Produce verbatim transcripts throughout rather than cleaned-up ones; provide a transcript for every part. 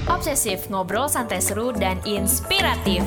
Obsesif, ngobrol santai seru dan inspiratif.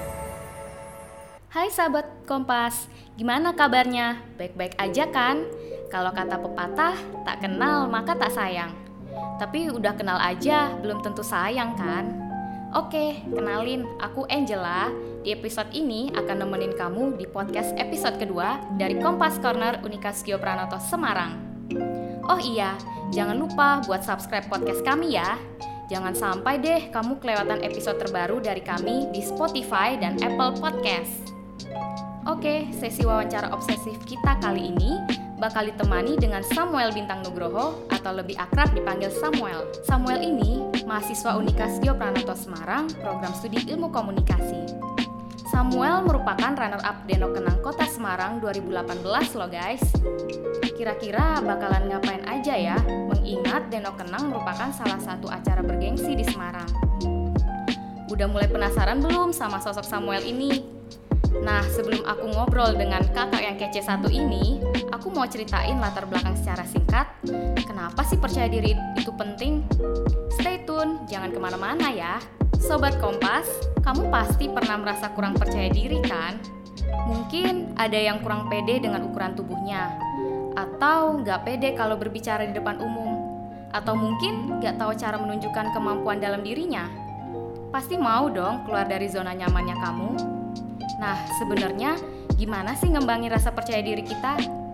Hai sahabat Kompas, gimana kabarnya? Baik-baik aja kan? Kalau kata pepatah, tak kenal maka tak sayang. Tapi udah kenal aja, belum tentu sayang kan? Oke, kenalin, aku Angela. Di episode ini akan nemenin kamu di podcast episode kedua dari Kompas Corner Unika-Sugio Pranoto Semarang. Oh iya, jangan lupa buat subscribe podcast kami ya. Jangan sampai deh kamu kelewatan episode terbaru dari kami di Spotify dan Apple Podcast. Oke, sesi wawancara obsesif kita kali ini bakal ditemani dengan Samuel Bintang Nugroho atau lebih akrab dipanggil Samuel. Samuel ini mahasiswa Unika-Sugio Pranoto Semarang, program studi ilmu komunikasi. Samuel merupakan runner-up Denok Kenang Kota Semarang dua ribu delapan belas loh guys. Kira-kira bakalan ngapain aja ya, mengingat Denok Kenang merupakan salah satu acara bergengsi di Semarang. Udah mulai penasaran belum sama sosok Samuel ini? Nah, sebelum aku ngobrol dengan kakak yang kece satu ini, aku mau ceritain latar belakang secara singkat. Kenapa sih percaya diri itu penting? Stay tune, jangan kemana-mana ya. Sobat Kompas, kamu pasti pernah merasa kurang percaya diri kan? Mungkin ada yang kurang pede dengan ukuran tubuhnya, atau nggak pede kalau berbicara di depan umum, atau mungkin nggak tahu cara menunjukkan kemampuan dalam dirinya. Pasti mau dong keluar dari zona nyamannya kamu. Nah, sebenarnya gimana sih ngembangin rasa percaya diri kita?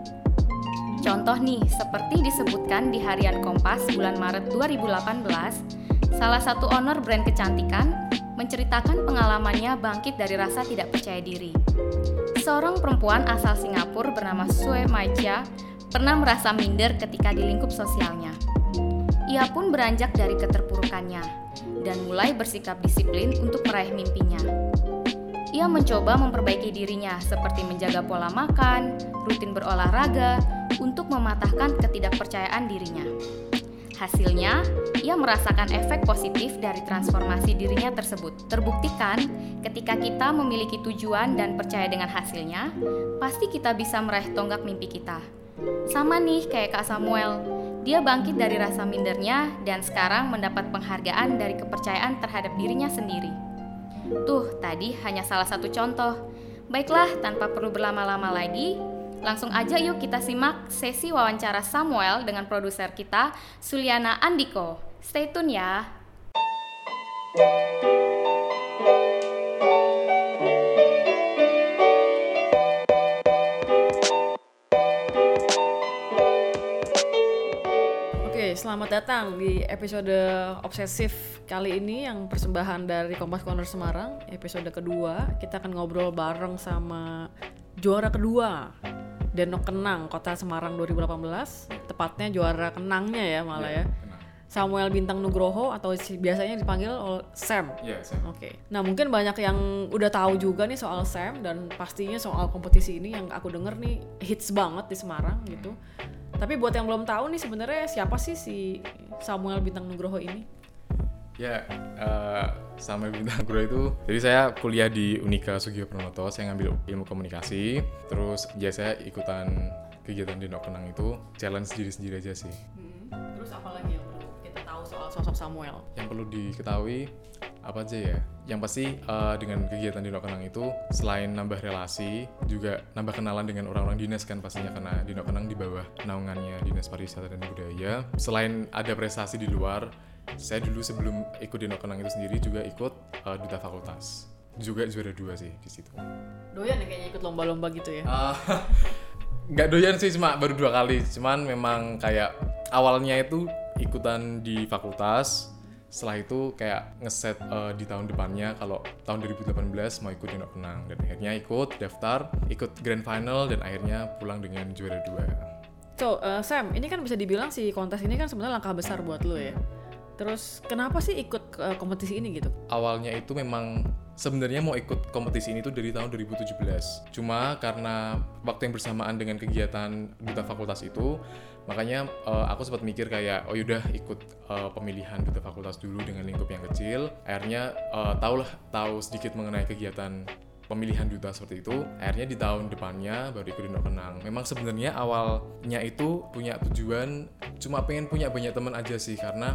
Contoh nih, seperti disebutkan di Harian Kompas bulan Maret dua ribu delapan belas, salah satu owner brand kecantikan menceritakan pengalamannya bangkit dari rasa tidak percaya diri. Seorang perempuan asal Singapura bernama Sue Maija pernah merasa minder ketika di lingkup sosialnya. Ia pun beranjak dari keterpurukannya dan mulai bersikap disiplin untuk meraih mimpinya. Ia mencoba memperbaiki dirinya seperti menjaga pola makan, rutin berolahraga, untuk mematahkan ketidakpercayaan dirinya. Hasilnya, ia merasakan efek positif dari transformasi dirinya tersebut. Terbuktikan, ketika kita memiliki tujuan dan percaya dengan hasilnya, pasti kita bisa meraih tonggak mimpi kita. Sama nih kayak Kak Samuel, dia bangkit dari rasa mindernya dan sekarang mendapat penghargaan dari kepercayaan terhadap dirinya sendiri. Tuh, tadi hanya salah satu contoh. Baiklah, tanpa perlu berlama-lama lagi, langsung aja yuk kita simak sesi wawancara Samuel dengan produser kita, Suliana Andiko. Stay tune ya. Oke, selamat datang di episode obsesif kali ini yang persembahan dari Kompas Corner Semarang. Episode kedua, kita akan ngobrol bareng sama juara kedua Denok Kenang Kota Semarang dua ribu delapan belas, tepatnya juara kenangnya ya malah ya, ya. Samuel Bintang Nugroho atau biasanya dipanggil Sam. Iya, yeah, Sam. Oke. Okay. Nah, mungkin banyak yang udah tahu juga nih soal Sam dan pastinya soal kompetisi ini yang aku denger nih hits banget di Semarang gitu. Tapi buat yang belum tahu nih sebenarnya siapa sih si Samuel Bintang Nugroho ini? Ya, uh, Samuel Bintang Nugroho itu, jadi saya kuliah di Unika-Sugio Pranoto, saya ngambil ilmu komunikasi. Terus ya saya ikutan kegiatan Denok Kenang itu challenge diri-sendiri aja sih. Hmm, terus apa lagi yang perlu kita tahu soal sosok Samuel? Yang perlu diketahui apa aja ya? Yang pasti uh, dengan kegiatan Denok Kenang itu selain nambah relasi, juga nambah kenalan dengan orang-orang dinas kan pastinya, karena Denok Kenang di bawah naungannya Dinas Pariwisata dan Budaya. Selain ada prestasi di luar, saya dulu sebelum ikut Denok Kenang itu sendiri juga ikut uh, duta fakultas. Juga juara dua sih di situ. Doyan ya kayaknya ikut lomba-lomba gitu ya? Uh, Nggak doyan sih, cuma baru dua kali. Cuman memang kayak awalnya itu ikutan di fakultas. Setelah itu kayak ngeset uh, di tahun depannya kalau tahun dua ribu delapan belas mau ikut Denok Kenang, dan akhirnya ikut daftar, ikut grand final dan akhirnya pulang dengan juara dua. So uh, Sam, ini kan bisa dibilang si kontes ini kan sebenarnya langkah besar buat lo ya. Terus kenapa sih ikut uh, kompetisi ini gitu? Awalnya itu memang sebenarnya mau ikut kompetisi ini tuh dari tahun dua ribu tujuh belas. Cuma karena waktu yang bersamaan dengan kegiatan duta fakultas itu, makanya uh, aku sempat mikir kayak oh yaudah ikut uh, pemilihan duta fakultas dulu dengan lingkup yang kecil. Akhirnya uh, tahulah tahu sedikit mengenai kegiatan pemilihan duta seperti itu. Akhirnya di tahun depannya baru ikut Denok Kenang. Memang sebenarnya awalnya itu punya tujuan cuma pengen punya banyak teman aja sih, karena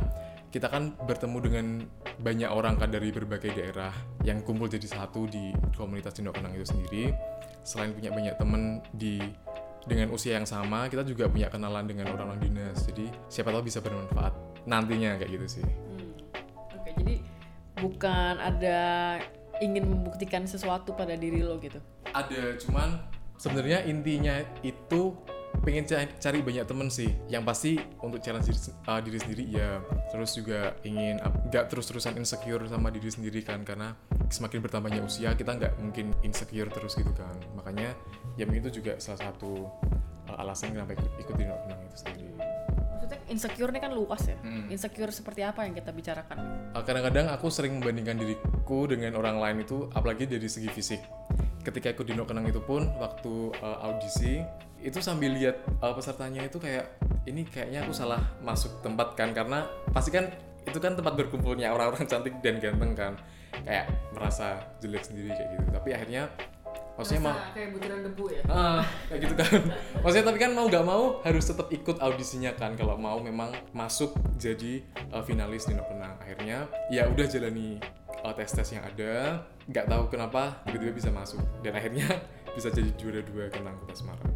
kita kan bertemu dengan banyak orang kan dari berbagai daerah yang kumpul jadi satu di komunitas Dino Kenang itu sendiri. Selain punya banyak temen di dengan usia yang sama, kita juga punya kenalan dengan orang-orang dinas. Jadi siapa tahu bisa bermanfaat nantinya kayak gitu sih. Hmm. Oke, jadi bukan ada ingin membuktikan sesuatu pada diri lo gitu. Ada, cuman sebenarnya intinya itu pengen cari banyak temen sih, yang pasti untuk challenge diri, uh, diri sendiri ya, terus juga ingin nggak uh, terus-terusan insecure sama diri sendiri kan, karena semakin bertambahnya usia kita nggak mungkin insecure terus gitu kan, makanya ya itu juga salah satu uh, alasan kenapa ikut Dino Kenang itu sendiri. Maksudnya insecure ini kan luas ya, hmm. insecure seperti apa yang kita bicarakan? Uh, kadang-kadang aku sering membandingkan diriku dengan orang lain itu, apalagi dari segi fisik. Ketika ikut Dino Kenang itu pun waktu uh, audisi itu sambil lihat uh, pesertanya itu kayak ini kayaknya aku salah masuk tempat kan, karena pasti kan itu kan tempat berkumpulnya orang-orang cantik dan ganteng kan, kayak merasa jelek sendiri kayak gitu. Tapi akhirnya maksudnya mau kayak butiran debu ya, uh, kayak gitu kan maksudnya, tapi kan mau nggak mau harus tetap ikut audisinya kan kalau mau memang masuk jadi uh, finalis Dino Kenang. Akhirnya ya udah jalani uh, tes-tes yang ada, nggak tahu kenapa tiba-tiba bisa masuk dan akhirnya bisa jadi juara dua Kenang Kota Semarang.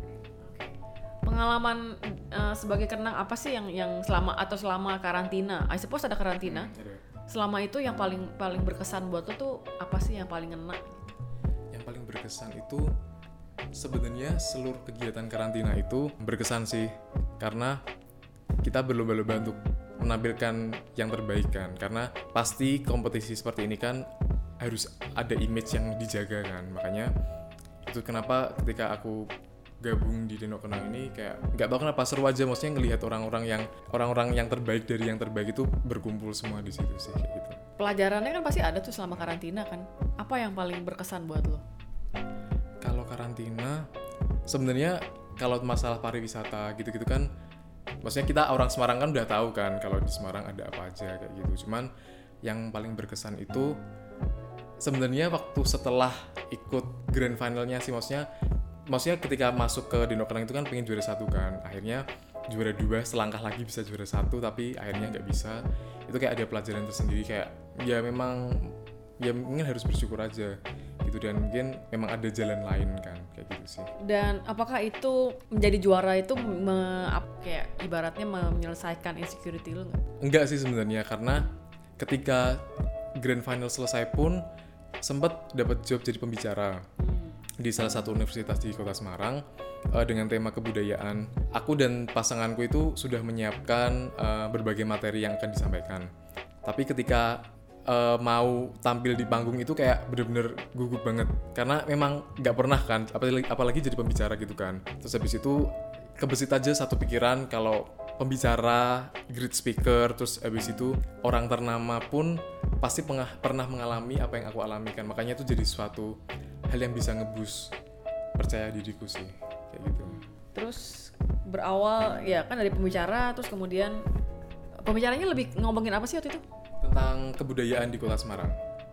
Pengalaman uh, sebagai Kenang apa sih yang yang selama atau selama karantina? I suppose ada karantina. Hmm, ada. Selama itu yang paling paling berkesan buat lo tuh apa sih yang paling ngena? Yang paling berkesan itu sebenarnya seluruh kegiatan karantina itu berkesan sih, karena kita berlomba-lomba untuk menampilkan yang terbaik kan, karena pasti kompetisi seperti ini kan harus ada image yang dijaga kan, makanya itu kenapa ketika aku gabung di Dino Kenang ini kayak nggak tahu kenapa seru aja, maksudnya ngelihat orang-orang yang orang-orang yang terbaik dari yang terbaik itu berkumpul semua di situ sih kayak gitu. Pelajarannya kan pasti ada tuh selama karantina kan. Apa yang paling berkesan buat lo? Kalau karantina sebenarnya kalau masalah pariwisata gitu-gitu kan, maksudnya kita orang Semarang kan udah tahu kan kalau di Semarang ada apa aja kayak gitu. Cuman yang paling berkesan itu sebenarnya waktu setelah ikut grand finalnya sih, maksudnya maksudnya ketika masuk ke Dino Kenang itu kan pengen juara satu kan, akhirnya juara dua, selangkah lagi bisa juara satu tapi akhirnya nggak bisa. Itu kayak ada pelajaran tersendiri, kayak ya memang ya mungkin harus bersyukur aja gitu, dan mungkin memang ada jalan lain kan kayak gitu sih. Dan apakah itu menjadi juara itu me, kayak ibaratnya menyelesaikan insecurity lo nggak? Enggak sih sebenarnya, karena ketika grand final selesai pun sempat dapat job jadi pembicara di salah satu universitas di Kota Semarang uh, dengan tema kebudayaan. Aku dan pasanganku itu sudah menyiapkan uh, berbagai materi yang akan disampaikan. Tapi ketika uh, mau tampil di panggung itu kayak bener-bener gugup banget, karena memang nggak pernah kan, apalagi, apalagi jadi pembicara gitu kan. Terus habis itu kebesit aja satu pikiran kalau pembicara, great speaker, terus habis itu orang ternama pun pasti pengah, pernah mengalami apa yang aku alami kan. Makanya itu jadi suatu hal yang bisa nge-boost percaya diriku sih kayak gitu. Terus berawal ya kan dari pembicara, terus kemudian pembicaranya lebih ngomongin apa sih waktu itu? Tentang kebudayaan di Kota Semarang.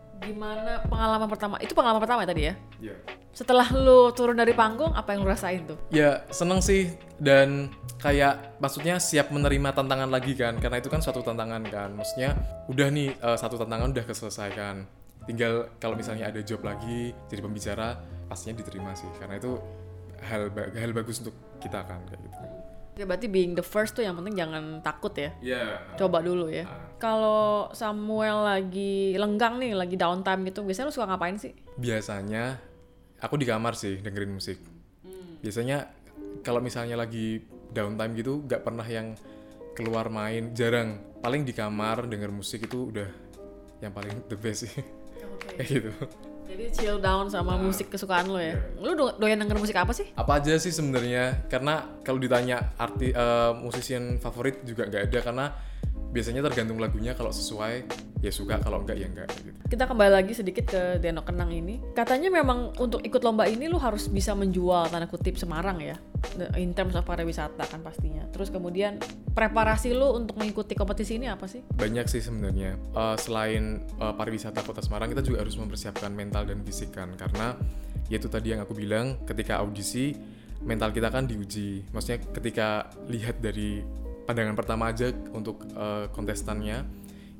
Gimana pengalaman pertama? Itu pengalaman pertama ya tadi ya? Iya. Setelah lu turun dari panggung, apa yang lu rasain tuh? Ya seneng sih, dan kayak maksudnya siap menerima tantangan lagi kan, karena itu kan suatu tantangan kan. Maksudnya udah nih uh, satu tantangan udah keselesaikan, tinggal kalau misalnya ada job lagi jadi pembicara pastinya diterima sih, karena itu hal hal bagus untuk kita kan kayak gitu. Ya berarti being the first tuh yang penting jangan takut ya. Iya. Yeah. Coba dulu ya. Uh. Kalau Samuel lagi lenggang nih, lagi downtime gitu, biasanya lu suka ngapain sih? Biasanya aku di kamar sih dengerin musik. Hmm. Biasanya kalau misalnya lagi downtime gitu nggak pernah yang keluar main, jarang. Paling di kamar denger musik itu udah yang paling the best sih. Okay. Kayak gitu. Jadi chill down sama nah, musik kesukaan lo ya. Yeah. Lu do- doyan denger musik apa sih? Apa aja sih sebenarnya, karena kalau ditanya arti uh, musisian favorit juga nggak ada, karena biasanya tergantung lagunya, kalau sesuai ya suka, kalau enggak ya enggak gitu. Kita kembali lagi sedikit ke Dino Kenang ini. Katanya memang untuk ikut lomba ini lu harus bisa menjual tanda kutip Semarang ya, in terms of pariwisata kan pastinya. Terus kemudian preparasi lu untuk mengikuti kompetisi ini apa sih? Banyak sih sebenarnya. Uh, selain uh, pariwisata Kota Semarang, kita juga harus mempersiapkan mental dan fisik kan, karena yaitu tadi yang aku bilang, ketika audisi mental kita kan diuji. Maksudnya ketika lihat dari pandangan pertama aja untuk uh, kontestannya,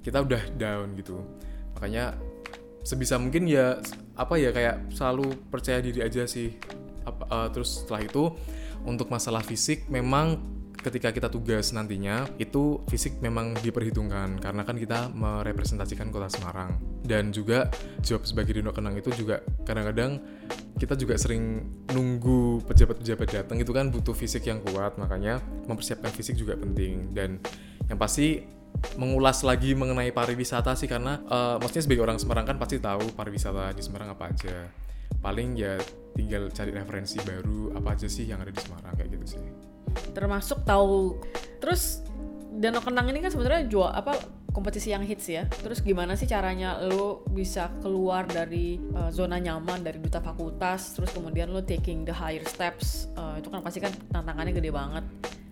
kita udah down gitu. Makanya sebisa mungkin ya apa ya kayak selalu percaya diri aja sih. Apa, uh, terus setelah itu untuk masalah fisik memang ketika kita tugas nantinya itu fisik memang diperhitungkan karena kan kita merepresentasikan kota Semarang, dan juga job sebagai Dino Kenang itu juga kadang-kadang kita juga sering nunggu pejabat-pejabat datang, itu kan butuh fisik yang kuat, makanya mempersiapkan fisik juga penting. Dan yang pasti mengulas lagi mengenai pariwisata sih, karena uh, maksudnya sebagai orang Semarang kan pasti tahu pariwisata di Semarang apa aja, paling ya tinggal cari referensi baru apa aja sih yang ada di Semarang kayak gitu sih. Termasuk tahu. Terus Danau Kenang ini kan sebenarnya jual apa kompetisi yang hits ya. Terus gimana sih caranya lo bisa keluar dari uh, zona nyaman dari duta fakultas, terus kemudian lo taking the higher steps, uh, itu kan pasti kan tantangannya gede banget,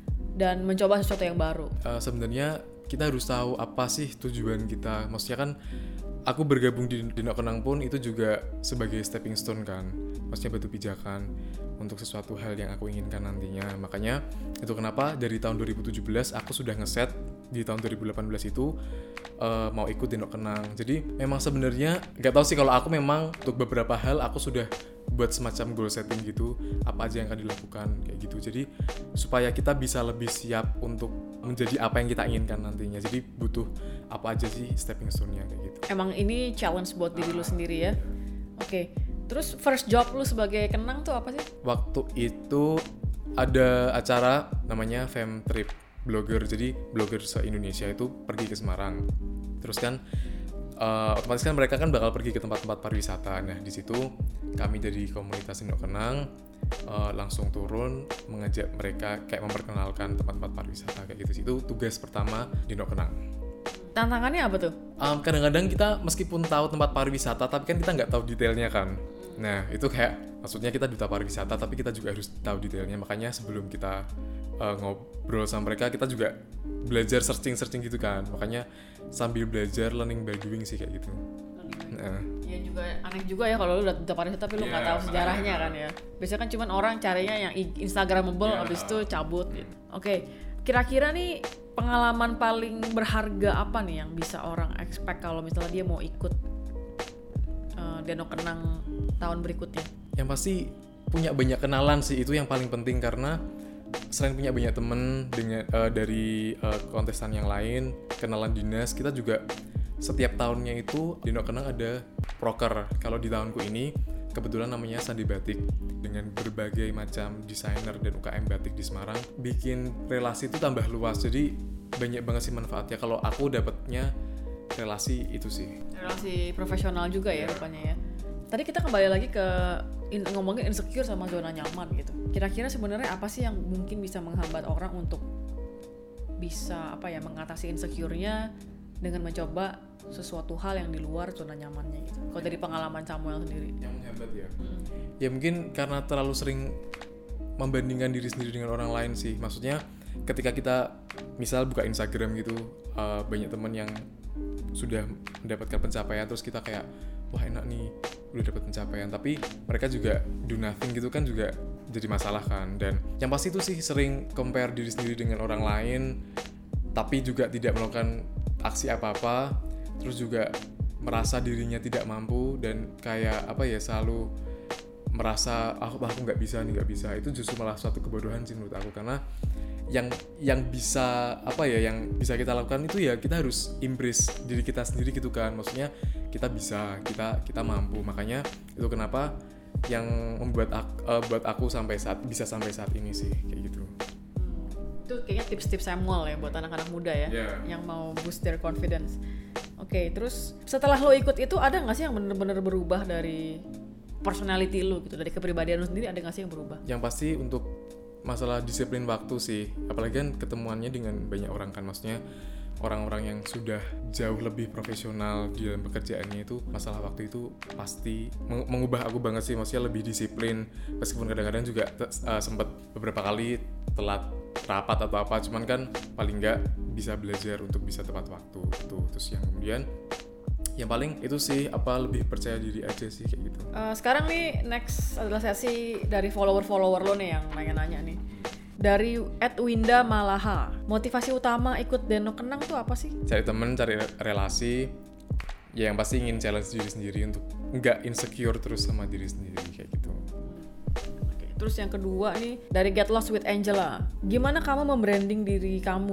dan mencoba sesuatu yang baru. Uh, sebenarnya kita harus tahu apa sih tujuan kita. Maksudnya kan aku bergabung di Dino Kenang pun itu juga sebagai stepping stone kan, maksudnya batu pijakan untuk sesuatu hal yang aku inginkan nantinya. Makanya itu kenapa dari tahun dua ribu tujuh belas aku sudah ngeset di tahun dua ribu delapan belas itu uh, mau ikut Dino Kenang. Jadi memang sebenarnya nggak tahu sih, kalau aku memang untuk beberapa hal aku sudah buat semacam goal setting gitu, apa aja yang akan dilakukan kayak gitu. Jadi supaya kita bisa lebih siap untuk menjadi apa yang kita inginkan nantinya. Jadi butuh apa aja sih stepping stone-nya kayak gitu. Emang ini challenge buat diri lu sendiri ya. Oke. Okay. Terus first job lu sebagai Kenang tuh apa sih? Waktu itu ada acara namanya Fam Trip Blogger. Jadi blogger se-Indonesia itu pergi ke Semarang. Terus kan uh, otomatis kan mereka kan bakal pergi ke tempat-tempat pariwisata. Nah, di situ kami dari komunitas Dino Kenang uh, langsung turun mengajak mereka kayak memperkenalkan tempat-tempat pariwisata kayak gitu sih. Itu tugas pertama Dino Kenang. Tantangannya apa tuh? Um, kadang-kadang kita meskipun tahu tempat pariwisata tapi kan kita nggak tahu detailnya kan. Nah itu kayak maksudnya kita duta pariwisata tapi kita juga harus tahu detailnya. Makanya sebelum kita uh, ngobrol sama mereka kita juga belajar searching-searching gitu kan. Makanya sambil belajar learning by doing sih kayak gitu. Nah. Ya juga aneh juga ya kalau lu udah duta pariwisata tapi lu nggak yeah, tahu sejarahnya kan ya. Biasanya kan cuman orang carinya yang instagramable yeah. Abis itu cabut gitu. Oke, okay. Kira-kira nih pengalaman paling berharga apa nih yang bisa orang expect kalau misalnya dia mau ikut uh, Dino Kenang tahun berikutnya? Yang pasti punya banyak kenalan sih, itu yang paling penting, karena selain punya banyak temen dengan uh, dari uh, kontestan yang lain, kenalan dinas, kita juga setiap tahunnya itu Dino Kenang ada proker. Kalau di tahunku ini kebetulan namanya Sandi Batik, dengan berbagai macam desainer dan U K M batik di Semarang, bikin relasi itu tambah luas. Jadi banyak banget sih manfaatnya. Kalau aku dapatnya relasi itu sih. Relasi profesional juga ya rupanya ya. Tadi kita kembali lagi ke in, ngomongin insecure sama zona nyaman gitu. Kira-kira sebenarnya apa sih yang mungkin bisa menghambat orang untuk bisa apa ya mengatasi insecure-nya dengan mencoba sesuatu hal yang di luar zona nyamannya gitu. Kalau dari pengalaman Samuel sendiri. Yang menghambat ya. Hmm. Ya mungkin karena terlalu sering membandingkan diri sendiri dengan orang lain sih. Maksudnya ketika kita misal buka Instagram gitu, uh, banyak teman yang sudah mendapatkan pencapaian, terus kita kayak wah enak nih udah dapat pencapaian, tapi mereka juga do nothing gitu kan juga jadi masalah kan. Dan yang pasti itu sih sering compare diri sendiri dengan orang lain tapi juga tidak melakukan aksi apa-apa, terus juga merasa dirinya tidak mampu dan kayak apa ya selalu merasa aku aku nggak bisa nih nggak bisa. Itu justru malah suatu kebodohan sih menurut aku, karena yang yang bisa apa ya yang bisa kita lakukan itu ya kita harus embrace diri kita sendiri gitu kan. Maksudnya kita bisa, kita kita mampu. Makanya itu kenapa yang membuat aku, uh, buat aku sampai saat bisa sampai saat ini sih kayak gitu. Itu kayaknya tips-tips Samuel ya buat anak-anak muda ya yeah. yang mau boost their confidence. Oke, okay, terus setelah lo ikut itu ada nggak sih yang bener-bener berubah dari personality lo gitu, dari kepribadian lo sendiri, ada nggak sih yang berubah? Yang pasti untuk masalah disiplin waktu sih, apalagi kan ketemuannya dengan banyak orang kan, maksudnya orang-orang yang sudah jauh lebih profesional di dalam pekerjaannya, itu masalah waktu itu pasti meng- mengubah aku banget sih. Maksudnya lebih disiplin, meskipun kadang-kadang juga te- uh, sempat beberapa kali telat rapat atau apa, cuman kan paling nggak bisa belajar untuk bisa tepat waktu itu. Terus yang kemudian yang paling itu sih apa lebih percaya diri aja sih kayak gitu. Uh, sekarang nih next adalah sesi dari follower-follower lo nih yang nanya-nanya nih. dari at Winda Malaha. Motivasi utama ikut Denok Kenang tuh apa sih? Cari temen, cari relasi. Ya yang pasti ingin challenge diri sendiri untuk nggak insecure terus sama diri sendiri kayak gitu. Oke, terus yang kedua nih dari Get Lost with Angela. Gimana kamu membranding diri kamu?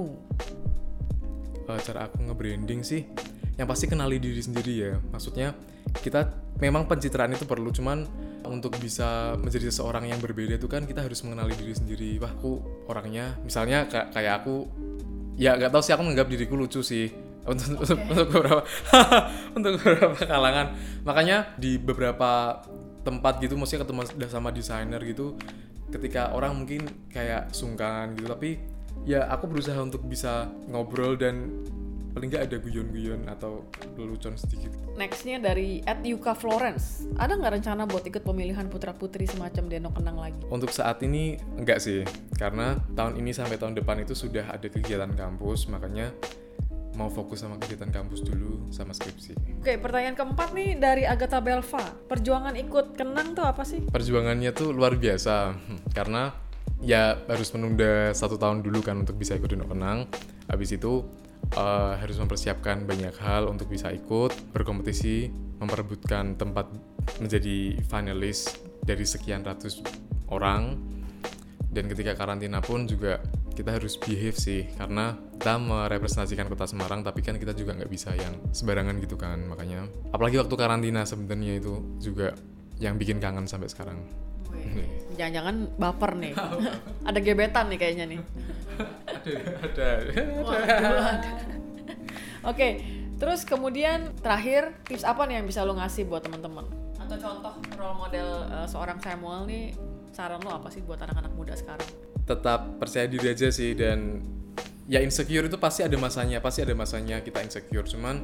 Uh, cara aku nge-branding sih, yang pasti kenali diri sendiri ya. Maksudnya kita memang pencitraan itu perlu, cuman untuk bisa menjadi seseorang yang berbeda itu kan kita harus mengenali diri sendiri. Wah, aku orangnya, misalnya kayak, kayak aku, ya nggak tahu sih, aku menganggap diriku lucu sih untuk okay. untuk beberapa untuk beberapa kalangan. Makanya di beberapa tempat gitu, maksudnya ketemu sama desainer gitu, ketika orang mungkin kayak sungkan gitu, tapi ya aku berusaha untuk bisa ngobrol dan paling nggak ada guyon-guyon atau lelucon sedikit. Nextnya dari at Yuka Florence. Ada nggak rencana buat ikut pemilihan putra-putri semacam Denok Kenang lagi? Untuk saat ini enggak sih, karena tahun ini sampai tahun depan itu sudah ada kegiatan kampus, makanya mau fokus sama kegiatan kampus dulu sama skripsi. Oke, pertanyaan keempat nih dari Agatha Belva. Perjuangan ikut Kenang tuh apa sih? Perjuangannya tuh luar biasa, karena ya harus menunda satu tahun dulu kan untuk bisa ikut Denok Kenang. Habis itu Uh, harus mempersiapkan banyak hal untuk bisa ikut berkompetisi, memperebutkan tempat menjadi finalis dari sekian ratus orang. Dan ketika karantina pun juga kita harus behave sih, karena kita merepresentasikan kota Semarang, tapi kan kita juga nggak bisa yang sembarangan gitu kan. Makanya apalagi waktu karantina sebenarnya itu juga yang bikin kangen sampai sekarang. Wih, jangan-jangan baper nih. Ada gebetan nih kayaknya nih. ada ada, Wah, ada. Oke, terus kemudian terakhir tips apa nih yang bisa lo ngasih buat teman-teman? Atau contoh role model uh, seorang Samuel nih, saran lo apa sih buat anak-anak muda sekarang? Tetap percaya diri aja sih, dan ya insecure itu pasti ada masanya, pasti ada masanya kita insecure, cuman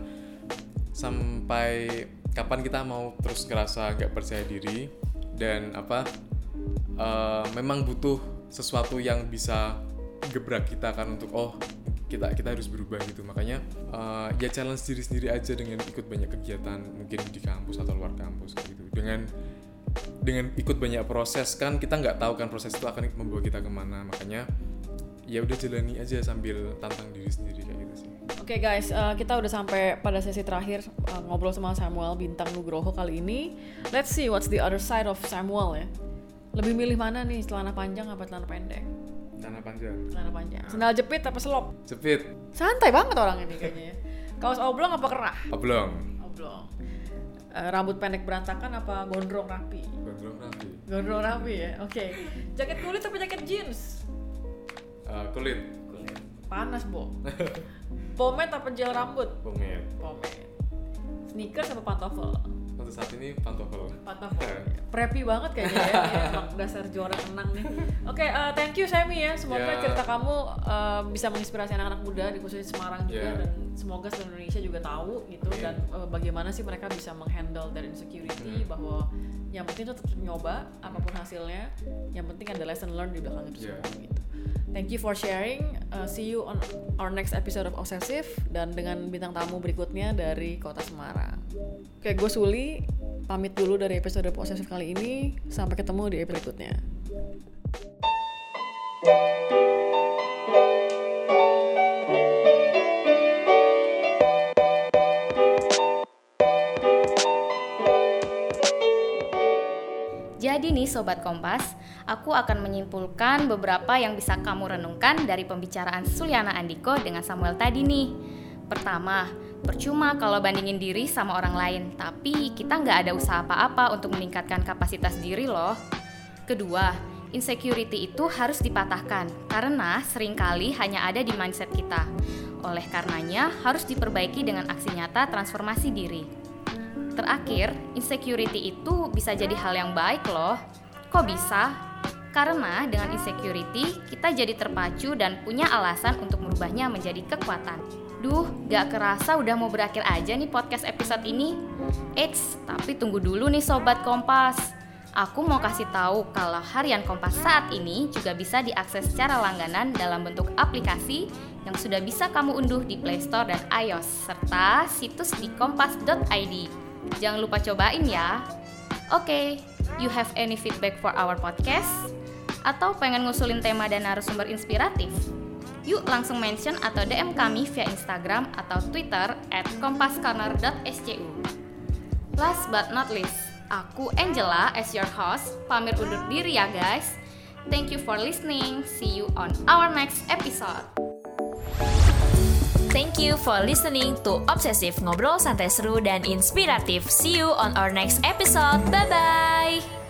sampai kapan kita mau terus ngerasa nggak percaya diri dan apa uh, memang butuh sesuatu yang bisa gebrak kita kan untuk oh kita kita harus berubah gitu. Makanya uh, ya challenge diri sendiri aja dengan ikut banyak kegiatan mungkin di kampus atau luar kampus gitu. Dengan dengan ikut banyak proses kan kita nggak tahu kan proses itu akan membawa kita kemana. Makanya ya udah jalani aja sambil tantang diri sendiri kayak gitu sih. Oke okay guys, uh, kita udah sampai pada sesi terakhir uh, ngobrol sama Samuel Bintang Nugroho kali ini. Let's see what's the other side of Samuel ya. Lebih milih mana nih, celana panjang apa celana pendek? Celana panjang. Celana panjang. Sendal jepit apa selop? Jepit. Santai banget orang ini kayaknya ya. Kaos oblong apa kerah? Oblong. Oblong. Uh, rambut pendek berantakan apa gondrong rapi? Gondrong rapi. Gondrong rapi ya. Oke. Okay. Jaket kulit apa jaket jeans? Uh, kulit. Kulit. Panas, Bo. Pomade apa gel rambut? Pomade. Pomade. Sneakers apa pantofel? Untuk saat ini pantofel. Pantofel. Preppy banget kayaknya ya. Ya emang dasar juara Kenang nih. Oke, okay, uh, thank you Sammy ya. Semoga yeah. cerita kamu uh, bisa menginspirasi anak-anak muda di khususnya Semarang juga yeah. dan semoga seluruh Indonesia juga tahu gitu yeah. dan uh, bagaimana sih mereka bisa menghandle dari insecurity mm. bahwa yang penting itu tetap nyoba apapun hasilnya. Yang penting ada lesson learned di belakang itu yeah. semua gitu. Thank you for sharing. Uh, see you on our next episode of Obsessive dan dengan bintang tamu berikutnya dari Kota Semarang. Oke, gue Suli. Pamit dulu dari episode Obsessive kali ini. Sampai ketemu di episode berikutnya. Jadi nih Sobat Kompas, aku akan menyimpulkan beberapa yang bisa kamu renungkan dari pembicaraan Suliana Andiko dengan Samuel tadi nih. Pertama, percuma kalau bandingin diri sama orang lain, tapi kita nggak ada usaha apa-apa untuk meningkatkan kapasitas diri loh. Kedua, insecurity itu harus dipatahkan, karena seringkali hanya ada di mindset kita. Oleh karenanya, harus diperbaiki dengan aksi nyata transformasi diri. Terakhir, insecurity itu bisa jadi hal yang baik loh. Kok bisa? Karena dengan insecurity, kita jadi terpacu dan punya alasan untuk merubahnya menjadi kekuatan. Duh, gak kerasa udah mau berakhir aja nih podcast episode ini. Eits, tapi tunggu dulu nih Sobat Kompas. Aku mau kasih tahu kalau Harian Kompas saat ini juga bisa diakses secara langganan dalam bentuk aplikasi yang sudah bisa kamu unduh di Play Store dan iOS, serta situs di kompas dot i d. Jangan lupa cobain ya. Oke, okay, you have any feedback for our podcast? Atau pengen ngusulin tema dan narasumber inspiratif? Yuk langsung mention atau D M kami via Instagram atau Twitter at kompascorner dot s c u. Last but not least, aku Angela as your host, pamit undur diri ya guys. Thank you for listening. See you on our next episode. Thank you for listening to Obsessive, ngobrol santai seru dan inspiratif. See you on our next episode. Bye-bye.